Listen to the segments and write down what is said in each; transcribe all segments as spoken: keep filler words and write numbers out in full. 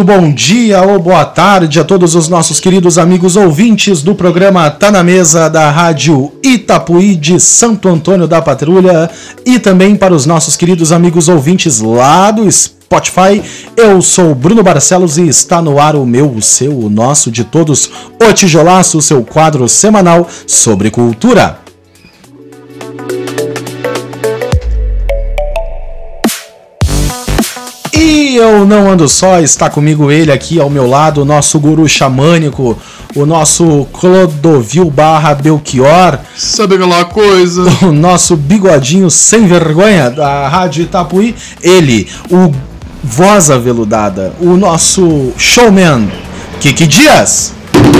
Muito bom dia ou boa tarde a todos os nossos queridos amigos ouvintes do programa Tá na Mesa da Rádio Itapuí de Santo Antônio da Patrulha e também para os nossos queridos amigos ouvintes lá do Spotify. Eu sou Bruno Barcelos e está no ar o meu, o seu, o nosso, de todos, o Tijolaço, seu quadro semanal sobre cultura. E eu não ando só, está comigo ele aqui ao meu lado, o nosso guru xamânico, o nosso Clodovil barra Belchior. Sabe aquela coisa? O nosso bigodinho sem vergonha da Rádio Itapuí. Ele, o voz aveludada, o nosso showman, Kiki Dias.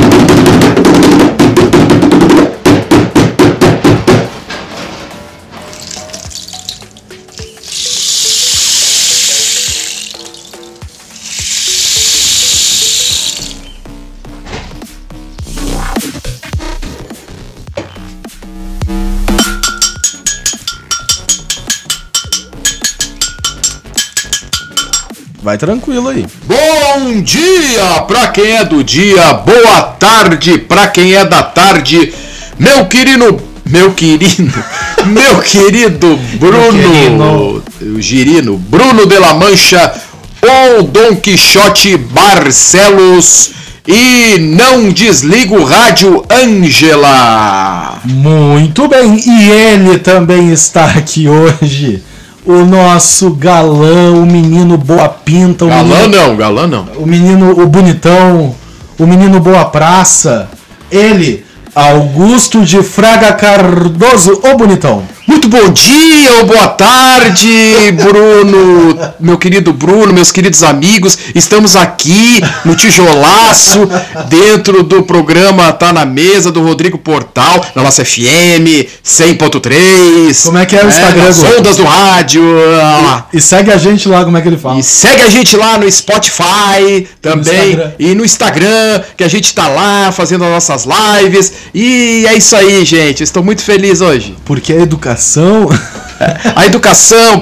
Vai tranquilo aí. Bom dia pra quem é do dia, boa tarde pra quem é da tarde, meu querido, meu querido, meu querido Bruno, o Girino, Bruno de la Mancha, ou Dom Quixote Barcelos, e não desliga o rádio, Ângela. Muito bem, e ele também está aqui hoje. O nosso galã, o menino boa pinta. O galã menino, não, galã não. O menino, o bonitão, o menino boa praça. Ele, Augusto de Fraga Cardoso, o bonitão. Muito bom dia ou boa tarde, Bruno, meu querido Bruno, meus queridos amigos. Estamos aqui no Tijolaço, dentro do programa Tá na Mesa, do Rodrigo Portal, na nossa F M cem ponto três. Como é que é o Instagram? Nas ondas do rádio. E, e segue a gente lá, como é que ele fala? E segue a gente lá no Spotify também, no e no Instagram, que a gente tá lá fazendo as nossas lives. E é isso aí, gente. Estou muito feliz hoje. Porque a educação... A educação.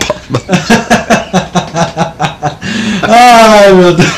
Ai, meu Deus.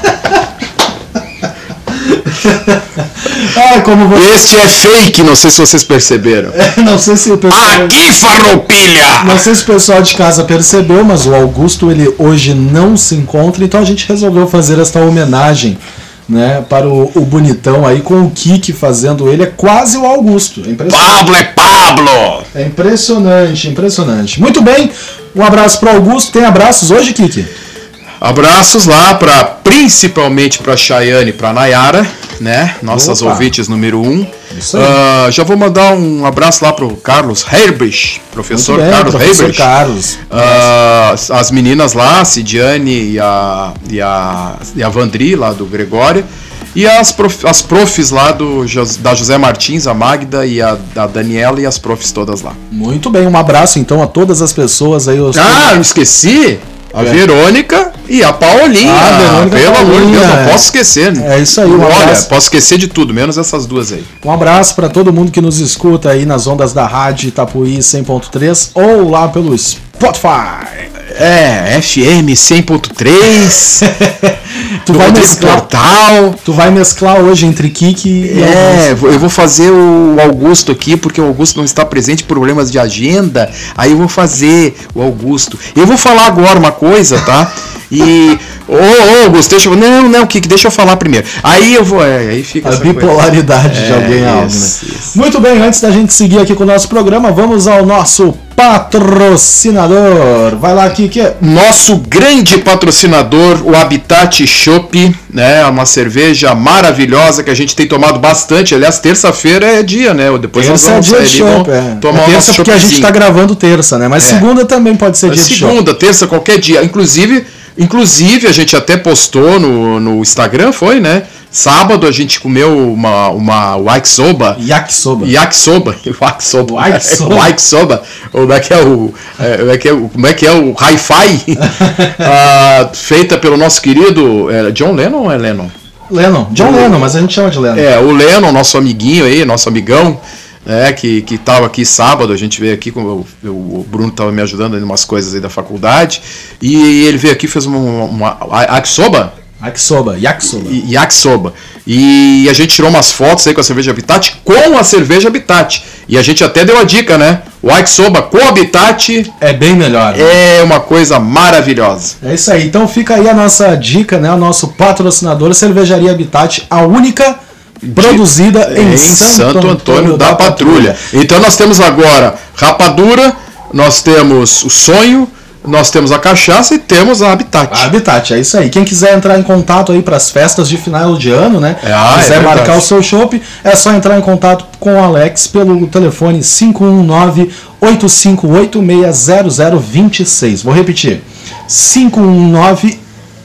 Ai, como você... Este é fake, não sei se vocês perceberam. É, não sei se o pessoal... Aqui, farroupilha! Não sei se o pessoal de casa percebeu, mas o Augusto, ele hoje não se encontra, então a gente resolveu fazer esta homenagem, né, para o, o bonitão aí, com o Kiki fazendo ele, é quase o Augusto. É Pablo é Pablo! É impressionante, impressionante. Muito bem, um abraço para o Augusto. Tem abraços hoje, Kiki? Abraços lá, pra, principalmente para Chayane e para Nayara, né, nossas Opa. ouvintes número um. Isso aí. Uh, já vou mandar um abraço lá pro Carlos Herbich, professor bem, Carlos professor Herbich. Carlos. Uh, as meninas lá, a Cidiane e a, e, a, e a Vandri, lá do Gregório. E as, prof, as profs lá do, da José Martins, a Magda e a, a Daniela e as profs todas lá. Muito bem, um abraço então a todas as pessoas aí. Os ah, eu esqueci! A é. Verônica e a Paulinha. Ah, Verônica, pelo Paulinha, amor de Deus, não é. posso esquecer. Né? É isso aí, um Olha, abraço. Posso esquecer de tudo, menos essas duas aí. Um abraço para todo mundo que nos escuta aí nas ondas da Rádio Itapuí cem ponto três ou lá pelo Spotify. É, F M cem ponto três. Tu vai mesclar Portal. Tu vai mesclar hoje entre Kiki e É, Augusto. Eu vou fazer o Augusto aqui, porque o Augusto não está presente por problemas de agenda. Aí eu vou fazer o Augusto. Eu vou falar agora uma coisa, tá? E... Ô, ô, Augusto, deixa eu... Não, não, Kiki, deixa eu falar primeiro. Aí eu vou... É, aí fica a bipolaridade coisa. de alguém é, algo, isso, né? Isso. Muito bem, antes da gente seguir aqui com o nosso programa, vamos ao nosso patrocinador. Vai lá, Kiki. Nosso grande patrocinador, o Habitat Shop, né? Uma cerveja maravilhosa que a gente tem tomado bastante. Aliás, terça-feira é dia, né? Depois terça nós vamos é dia de chopp, é. tomar é terça o porque a gente tá gravando terça, né? Mas é. segunda também pode ser é dia de chopp. Segunda, terça, qualquer dia. Inclusive, inclusive a gente até postou no, no Instagram, foi, né? Sábado a gente comeu uma, uma yakisoba. Yakisoba. Yakisoba. Yakisoba. Yakisoba. Yakisoba. Como é que é o, como é que é o, como é que é o hi-fi? uh, feita pelo nosso querido é, John Lennon ou é Lennon? Lennon. John o, Lennon, mas a gente chama de Lennon. É, o Lennon, nosso amiguinho aí, nosso amigão. É, que, que tava aqui sábado, a gente veio aqui, com o, o Bruno estava me ajudando em umas coisas aí da faculdade, e ele veio aqui e fez uma, uma yakisoba. Yakisoba, yakisoba. E, yakisoba. E a gente tirou umas fotos aí com a cerveja Habitat, com a cerveja Habitat. E a gente até deu a dica, né? O yakisoba com Habitat é bem melhor. Né? É uma coisa maravilhosa. É isso aí. Então fica aí a nossa dica, né? O nosso patrocinador, Cervejaria Habitat, a única produzida de, em, em Santo, Santo Antônio, Antônio da, da Patrulha. Patrulha. Então nós temos agora Rapadura, nós temos o Sonho, nós temos a cachaça e temos a Habitat. A Habitat, é isso aí. Quem quiser entrar em contato aí para as festas de final de ano, né? É, ah, quiser é marcar o seu chopp, é só entrar em contato com o Alex pelo telefone cinco um nove, oito cinco oito, seis zero zero dois seis. Vou repetir. cinco um nove,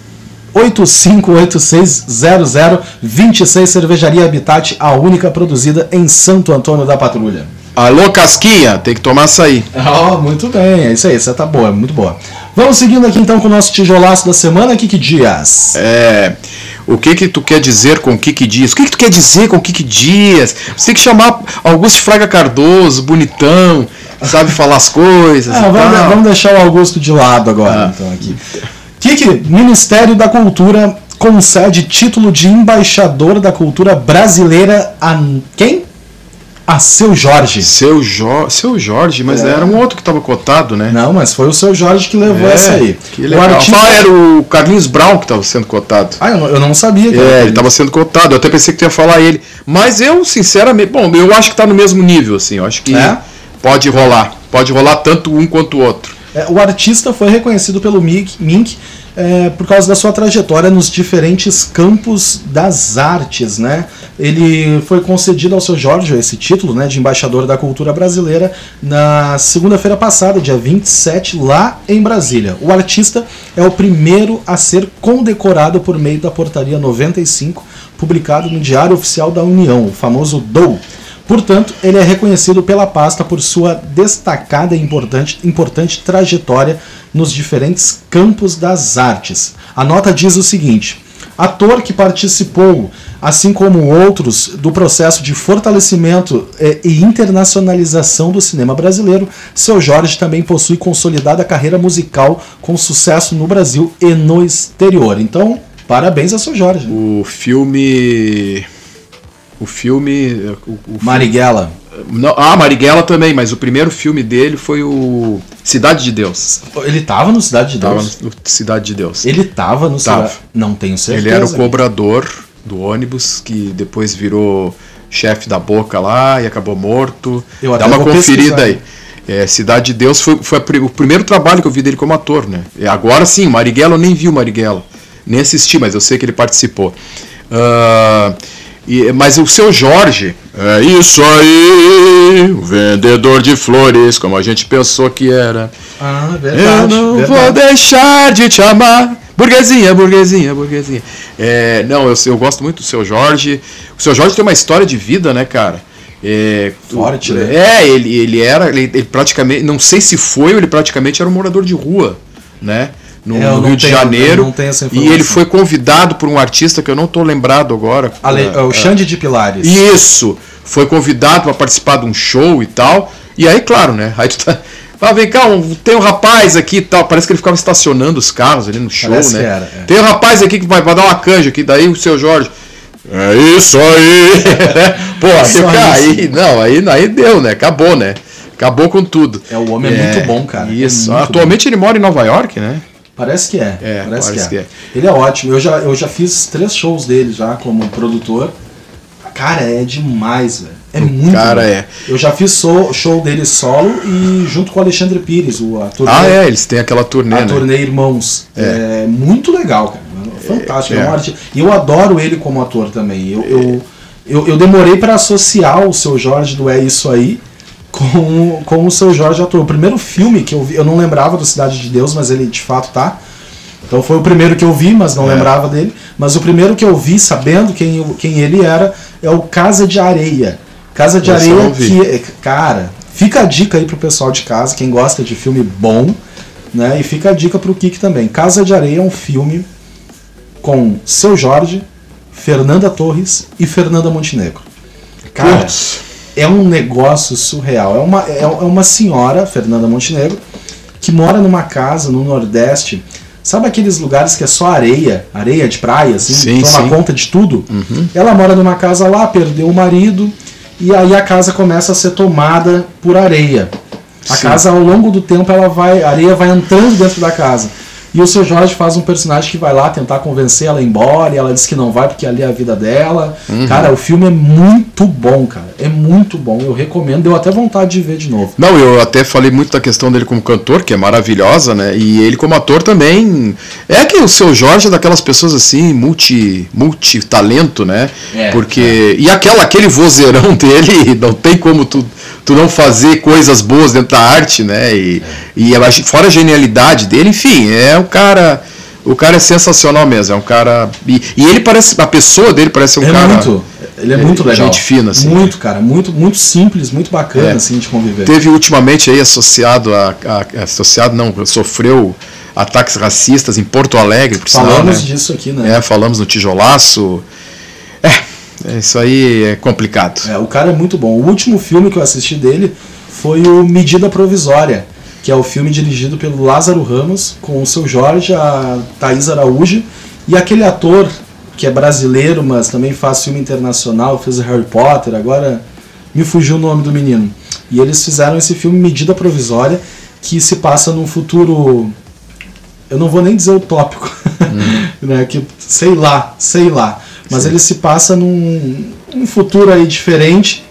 oito cinco oito seis, zero zero dois seis. Cervejaria Habitat, a única produzida em Santo Antônio da Patrulha. Alô, Casquinha, tem que tomar açaí. Oh, muito bem, é isso aí, essa tá boa, muito boa. Vamos seguindo aqui então com o nosso tijolaço da semana, Kiki Dias. É, o que que tu quer dizer com Kiki Dias? O que que tu quer dizer com Kiki Dias? Você tem que chamar Augusto Fraga Cardoso, bonitão, sabe falar as coisas. Ah, vamos, de, vamos deixar o Augusto de lado agora, ah. então, aqui. Kiki, Ministério da Cultura concede título de embaixador da cultura brasileira a quem? A Seu Jorge. Seu, jo... Seu Jorge, mas é. era um outro que estava cotado, né? Não, mas foi o Seu Jorge que levou é, essa aí. Que legal. O artista... ah, era o Carlinhos Brown que estava sendo cotado. Ah, eu não sabia. Que é, ele estava sendo cotado. Eu até pensei que tu ia falar ele. Mas eu, sinceramente, bom, eu acho que está no mesmo nível, assim. Eu acho que é? pode rolar. Pode rolar tanto um quanto o outro. É, o artista foi reconhecido pelo Mink é, por causa da sua trajetória nos diferentes campos das artes, né? Ele foi concedido ao Seu Jorge esse título, né, de embaixador da cultura brasileira na segunda-feira passada, dia vinte e sete, lá em Brasília. O artista é o primeiro a ser condecorado por meio da Portaria noventa e cinco, publicado no Diário Oficial da União, o famoso D O U. Portanto, ele é reconhecido pela pasta por sua destacada e importante, importante trajetória nos diferentes campos das artes. A nota diz o seguinte: ator que participou, assim como outros, do processo de fortalecimento e internacionalização do cinema brasileiro, Seu Jorge também possui consolidada carreira musical com sucesso no Brasil e no exterior. Então, parabéns a Seu Jorge. O filme... O filme... O, o Marighella. Não, ah, Marighella também, mas o primeiro filme dele foi o Cidade de Deus. Ele tava no Cidade de Deus? Tava no Cidade de Deus. Ele tava no tava. Cidade... Não tenho certeza. Ele era o cobrador do ônibus, que depois virou chefe da Boca lá e acabou morto. Eu Dá uma conferida pesquisar. aí. É, Cidade de Deus foi, foi o primeiro trabalho que eu vi dele como ator, né? E agora sim, Marighella, eu nem vi o Marighella. Nem assisti, mas eu sei que ele participou. Uh, e, mas o Seu Jorge, é isso aí, o vendedor de flores, como a gente pensou que era. Ah, verdade. Eu não verdade. vou deixar de te amar. Burguesinha, burguesinha, burguesinha. É, não, eu, eu gosto muito do Seu Jorge. O Seu Jorge tem uma história de vida, né, cara? É, Forte, né? É, ele, ele era, ele, ele praticamente, não sei se foi ou ele praticamente era um morador de rua, né? No, é, no Rio de tenho, Janeiro. Não tenho essa e ele foi convidado por um artista que eu não estou lembrado agora. Ale, é, o Xande de Pilares. Isso, foi convidado para participar de um show e tal. E aí, claro, né? Aí tu tá. Ah, vem cá, um, tem um rapaz aqui e tal. Parece que ele ficava estacionando os carros ali no show, Parece né? Que era, é. Tem um rapaz aqui que vai, vai dar uma canja aqui, daí o Seu Jorge. É isso aí! Pô, aí, aí, não, aí, aí deu, né? Acabou, né? Acabou com tudo. É, o homem é, é muito bom, cara. Isso. É Atualmente bom. ele mora em Nova York, né? Parece que é. é parece, parece que, é. que é. Ele é ótimo. Eu já, eu já fiz três shows dele já como produtor. Cara, é demais, velho. É muito Cara, bom. é. Eu já fiz show, show dele solo e junto com o Alexandre Pires, o ator. Ah, é, eles têm aquela turnê, a né? turnê Irmãos. É. é muito legal, cara. Fantástico. É, é. É e eu adoro ele como ator também. Eu, eu, eu, eu demorei para associar o Seu Jorge do É Isso Aí com, com o Seu Jorge ator. O primeiro filme que eu vi, eu não lembrava do Cidade de Deus, mas ele de fato tá. Então foi o primeiro que eu vi, mas não é. lembrava dele. Mas o primeiro que eu vi, sabendo quem, eu, quem ele era, é o Casa de Areia. Casa de Areia, que, cara, fica a dica aí pro pessoal de casa, quem gosta de filme bom, né? E fica a dica pro Kiki também. Casa de Areia é um filme com Seu Jorge, Fernanda Torres e Fernanda Montenegro. Cara, Putz. é um negócio surreal. É uma, é uma senhora, Fernanda Montenegro, que mora numa casa no Nordeste. Sabe aqueles lugares que é só areia, areia de praia, assim, sim, toma sim. conta de tudo? Uhum. Ela mora numa casa lá, perdeu o marido, e aí a casa começa a ser tomada por areia. A sim. casa, ao longo do tempo, ela vai, a areia vai entrando dentro da casa. E o seu Jorge faz um personagem que vai lá tentar convencer ela a ir embora, e ela diz que não vai porque ali é a vida dela. Uhum. Cara, o filme é muito bom, cara. É muito bom. Eu recomendo, deu até vontade de ver de novo. Não, eu até falei muito da questão dele como cantor, que é maravilhosa, né? E ele como ator também. É que o seu Jorge é daquelas pessoas assim, multi, multi-talento, né? É, porque. É. E aquela, aquele vozeirão dele, não tem como tu. Tu não fazer coisas boas dentro da arte, né? E, e fora a genialidade dele, enfim, é um cara. O cara é sensacional mesmo. É um cara. E, e ele parece. A pessoa dele parece ser um é cara. Muito, ele é muito legal. Gente fina, assim. Muito, cara. Muito, muito simples, muito bacana, é. assim, de conviver. Teve ultimamente aí associado a. a associado, não, sofreu ataques racistas em Porto Alegre, por Falamos sinal, né? disso aqui, né? É, falamos no Tijolaço. É. Isso aí é complicado. É, o cara é muito bom. O último filme que eu assisti dele foi o Medida Provisória, que é o filme dirigido pelo Lázaro Ramos, com o seu Jorge, a Thaís Araújo, e aquele ator que é brasileiro, mas também faz filme internacional, fez Harry Potter, agora me fugiu o nome do menino. E eles fizeram esse filme Medida Provisória, que se passa num futuro... Eu não vou nem dizer utópico, hum. né? Que, sei lá, sei lá. Mas Sim. ele se passa num um futuro aí diferente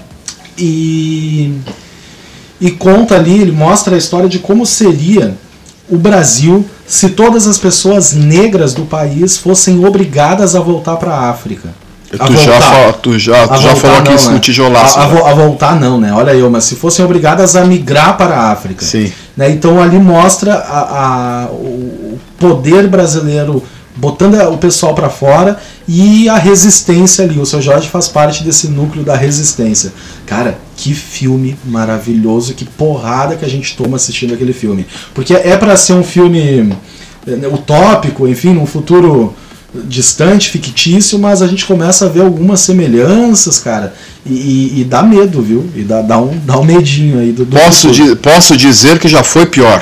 e, e conta ali, ele mostra a história de como seria o Brasil se todas as pessoas negras do país fossem obrigadas a voltar para a África. A tu, já fala, tu já, tu já falou aqui isso né? no Tijolaço. A, a, a voltar não, né? Olha eu, mas se fossem obrigadas a migrar para a África. Sim. Né? Então ali mostra a, a, o poder brasileiro botando o pessoal para fora e a resistência ali. O seu Jorge faz parte desse núcleo da resistência. Cara, que filme maravilhoso, que porrada que a gente toma assistindo aquele filme. Porque é para ser um filme utópico, enfim, num futuro distante, fictício, mas a gente começa a ver algumas semelhanças, cara, e, e, e dá medo, viu? E dá, dá, um, dá um medinho aí do, do posso, di- posso dizer que já foi pior.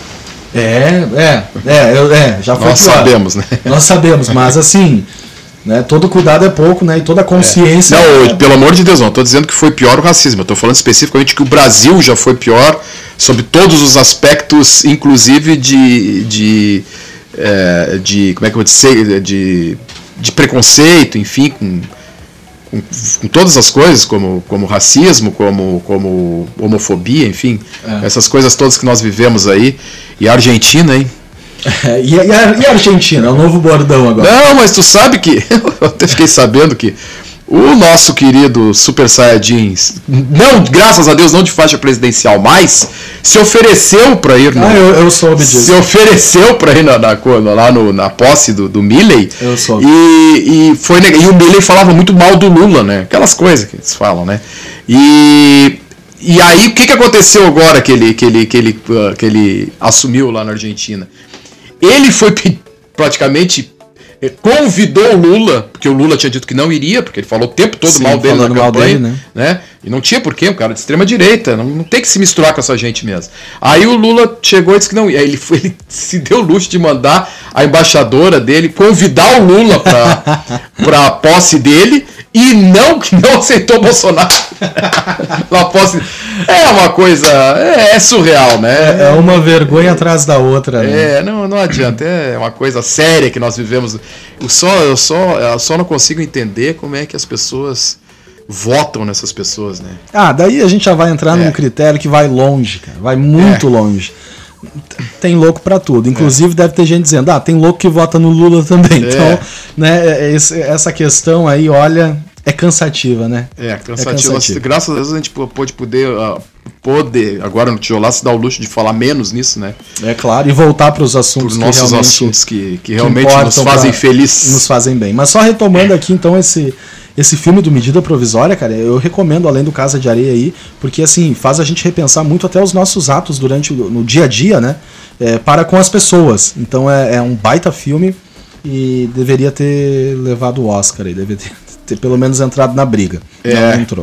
É, é, é, eu, é já foi Nós pior. sabemos, né? Nós sabemos, mas assim, né, todo cuidado é pouco, né? E toda consciência. É. Não, é... pelo amor de Deus, não estou dizendo que foi pior o racismo, eu estou falando especificamente que o Brasil já foi pior sob todos os aspectos, inclusive de. de, é, de como é que eu vou dizer? De, de preconceito, enfim, com. Com, com todas as coisas, como, como racismo, como, como homofobia, enfim, é. essas coisas todas que nós vivemos aí. E a Argentina, hein? É, e, a, e a Argentina? É o novo bordão agora. Não, mas tu sabe que, eu até fiquei sabendo que o nosso querido Super Saiyajin, não, graças a Deus, não de faixa presidencial, mas se ofereceu para ir no, ah, eu, eu soube disso. Se ofereceu para ir na, na, lá no, na posse do, do Milley. Eu soube. E, e, foi, e o Milley falava muito mal do Lula, né? Aquelas coisas que eles falam, né? E, e aí, o que, que aconteceu agora que ele, que, ele, que, ele, que ele assumiu lá na Argentina? Ele foi praticamente... convidou o Lula, porque o Lula tinha dito que não iria, porque ele falou o tempo todo Sim, mal dele na campanha, dele, né? né? E não tinha porquê, um cara de extrema direita, não, não tem que se misturar com essa gente mesmo. Aí o Lula chegou e disse que não ia, ele, foi, ele se deu o luxo de mandar a embaixadora dele convidar o Lula para a posse dele e não, não aceitou o Bolsonaro. Na posse. É uma coisa, é, é surreal, né? É uma vergonha atrás da outra, né? É, não, não adianta, é uma coisa séria que nós vivemos. Eu só, eu, só, eu só não consigo entender como é que as pessoas votam nessas pessoas, né? Ah, daí a gente já vai entrar é. num critério que vai longe, cara, vai muito é. longe. Tem louco pra tudo, inclusive é. deve ter gente dizendo, ah, tem louco que vota no Lula também. É. Então, né, essa questão aí, olha, é cansativa, né? É, cansativa. É cansativa. Graças a Deus a gente pôde poder, uh, poder agora no Tijolaço se dar o luxo de falar menos nisso, né? É claro, e voltar para os assuntos, que nossos assuntos que, que realmente que nos fazem felizes. Nos fazem bem. Mas só retomando aqui então esse, esse filme do Medida Provisória, cara, eu recomendo além do Casa de Areia aí, porque assim, faz a gente repensar muito até os nossos atos durante o no dia a dia, né? É, para com as pessoas. Então é, é um baita filme e deveria ter levado o Oscar aí, deveria ter, ter pelo menos entrado na briga. É. Não entrou.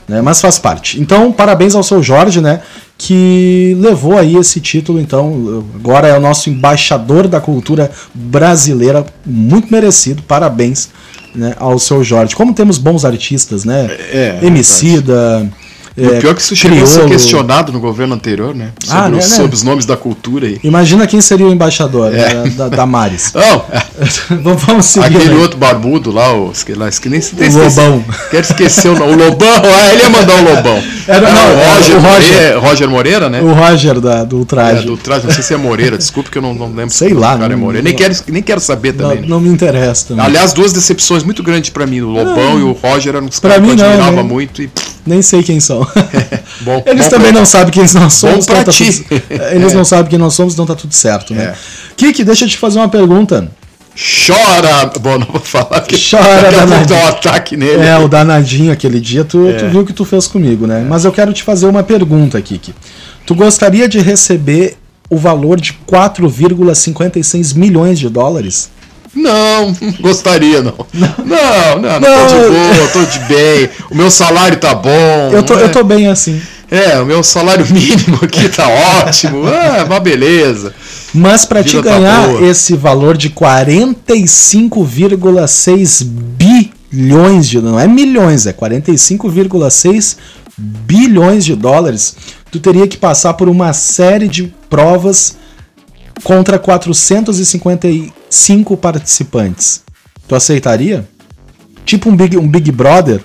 né? Mas faz parte. Então, parabéns ao seu Jorge, né? Que levou aí esse título, então agora é o nosso embaixador da cultura brasileira, muito merecido, parabéns, né, ao seu Jorge. Como temos bons artistas, né? É, é Emicida, é, o pior é que isso chegou a ser questionado no governo anterior, né? Sobre, ah, né, os, né? sobre os nomes da cultura aí. Imagina quem seria o embaixador, é. né, da, da Maris. Não, vamos seguir. Aquele aí. outro barbudo lá, o, lá que nem se o Lobão. Quero esquecer o nome. O Lobão, ah, ele ia mandar o Lobão. Era, não, o Roger, o Roger. Moreira, Roger Moreira, né? O Roger da, do Ultraje. É, do Ultraje, não sei se é Moreira, desculpa que eu não, não lembro. Sei se lá. O cara não, é Moreira. Nem, não, quero, nem quero saber também. Não, né? não me interessa também. Aliás, duas decepções muito grandes pra mim. O Lobão não. e o Roger eram uns caras que eu admirava não, muito e... Nem sei quem são. É, bom, Eles bom também pra... não sabem quem nós somos. Bom pra então tá ti. Tudo... Eles é. não sabem quem nós somos, então tá tudo certo, né? É. Kiki, deixa eu te fazer uma pergunta. Chora! Bom, não vou falar que Chora, danadinho. Dar um ataque nele. É, o danadinho aquele dia, tu, é. tu viu o que tu fez comigo, né? É. Mas eu quero te fazer uma pergunta, Kiki. Tu gostaria de receber o valor de quatro vírgula cinquenta e seis milhões de dólares? Não, não gostaria, não. Não, não, não, não, não tô de boa, tô de bem. O meu salário tá bom. Eu tô, é? eu tô bem assim. É, o meu salário mínimo aqui tá ótimo. É, uma beleza. Mas para te ganhar tá esse valor de quarenta e cinco vírgula seis bilhões de... Não é milhões, é quarenta e cinco vírgula seis bilhões de dólares, tu teria que passar por uma série de provas contra quatrocentos e cinquenta e cinco participantes. Tu aceitaria? Tipo um Big, um Big Brother?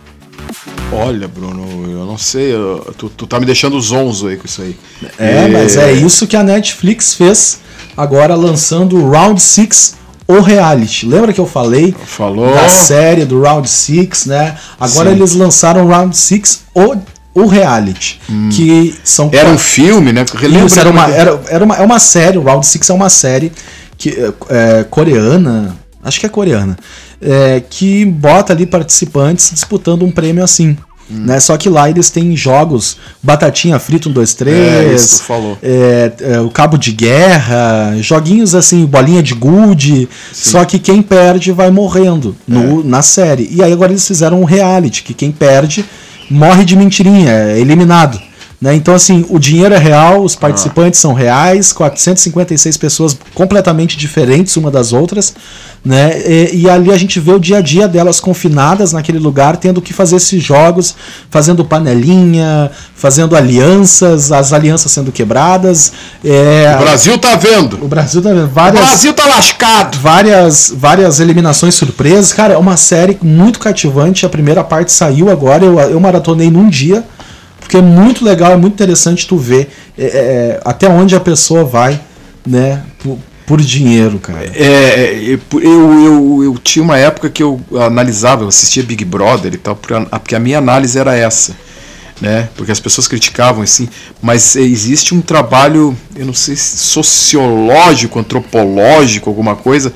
Olha, Bruno, eu não sei, eu, tu, tu tá me deixando zonzo aí com isso aí. É, é, mas é isso que a Netflix fez agora lançando o Round seis, o reality. Lembra que eu falei Falou. da série do Round seis, né? Agora Sim. eles lançaram o Round seis, o O reality, hum. que são... Era um filme, né? Isso, era uma, era, era uma, é uma série, o Round seis é uma série que, é, coreana, acho que é coreana, é, que bota ali participantes disputando um prêmio assim. Hum. Né? Só que lá eles têm jogos Batatinha Frita um, dois, três, é, isso tu falou. É, é, o Cabo de Guerra, joguinhos assim, bolinha de gude, Sim. só que quem perde vai morrendo no, é. na série. E aí agora eles fizeram um reality, que quem perde morre de mentirinha, é eliminado. Né? Então, assim, o dinheiro é real, os participantes ah. são reais, quatrocentas e cinquenta e seis pessoas completamente diferentes uma das outras, né? E, e ali a gente vê o dia a dia delas confinadas naquele lugar, tendo que fazer esses jogos, fazendo panelinha, fazendo alianças, as alianças sendo quebradas. É, o Brasil tá vendo. O Brasil tá vendo. Várias, o Brasil tá lascado. Várias, várias eliminações surpresas. Cara, é uma série muito cativante. A primeira parte saiu agora, eu, eu maratonei num dia. Porque é muito legal, é muito interessante tu ver é, é, até onde a pessoa vai, né, por, por dinheiro, cara. É, eu, eu, eu, eu tinha uma época que eu analisava, eu assistia Big Brother e tal, porque a minha análise era essa, né, porque as pessoas criticavam assim, mas existe um trabalho, eu não sei se sociológico, antropológico, alguma coisa,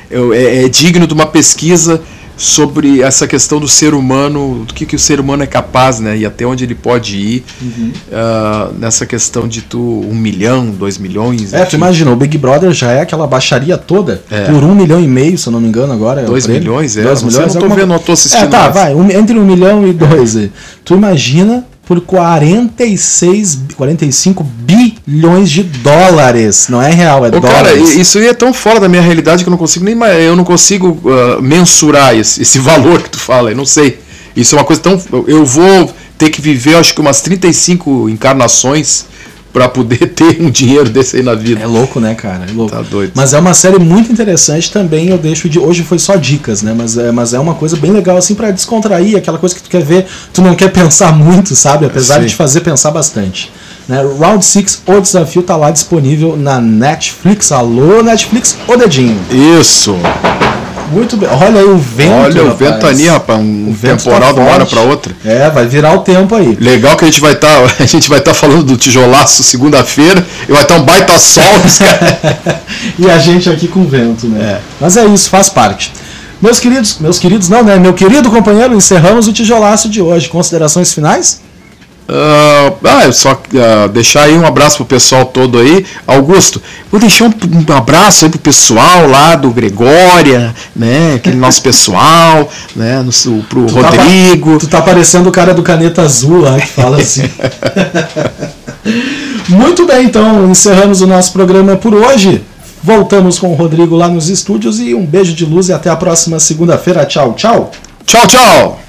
é, é digno de uma pesquisa sobre essa questão do ser humano, do que, que o ser humano é capaz, né, e até onde ele pode ir, uhum. uh, nessa questão de tu um milhão, dois milhões. É, tu imagina, o Big Brother já é aquela baixaria toda, é. por um milhão e meio, se eu não me engano agora. É dois milhões, é, dois não, milhões, não tô vendo, não tô assistindo. É, tá, mais. vai, um, entre um milhão e dois. É. Tu imagina por quarenta e seis, quarenta e cinco bilhões de dólares. Não é real, é Ô, dólares. Cara, isso aí é tão fora da minha realidade que eu não consigo nem eu não consigo uh, mensurar esse, esse valor que tu fala. Eu não sei. Isso é uma coisa tão... Eu vou ter que viver, acho que umas trinta e cinco encarnações pra poder ter um dinheiro desse aí na vida. É louco, né, cara? É louco. Tá doido. Mas é uma série muito interessante também, eu deixo de... Hoje foi só dicas, né? Mas é, mas é uma coisa bem legal, assim, pra descontrair, aquela coisa que tu quer ver, tu não quer pensar muito, sabe? Apesar Sim. de te fazer pensar bastante. Né? Round seis, o desafio tá lá disponível na Netflix. Alô, Netflix, o dedinho. Isso. Muito bem. Olha aí o vento. Olha o rapaz. ventania, rapaz. Um temporal tá de uma hora para outra. É, vai virar o tempo aí. Legal que a gente vai estar, tá, a gente vai estar tá falando do tijolaço segunda-feira e vai estar tá um baita sol. E a gente aqui com vento, né? É. Mas é isso, faz parte. Meus queridos, meus queridos não, né? Meu querido companheiro, encerramos o tijolaço de hoje. Considerações finais? Uh, ah, só uh, deixar aí um abraço pro pessoal todo aí. Augusto, vou deixar um, um abraço aí pro pessoal lá do Gregória, né? Aquele nosso pessoal, né? No, pro tu Rodrigo. Tá, tu tá parecendo o cara do Caneta Azul lá que fala assim. Muito bem, então encerramos o nosso programa por hoje. Voltamos com o Rodrigo lá nos estúdios e um beijo de luz e até a próxima segunda-feira. Tchau, tchau. Tchau, tchau.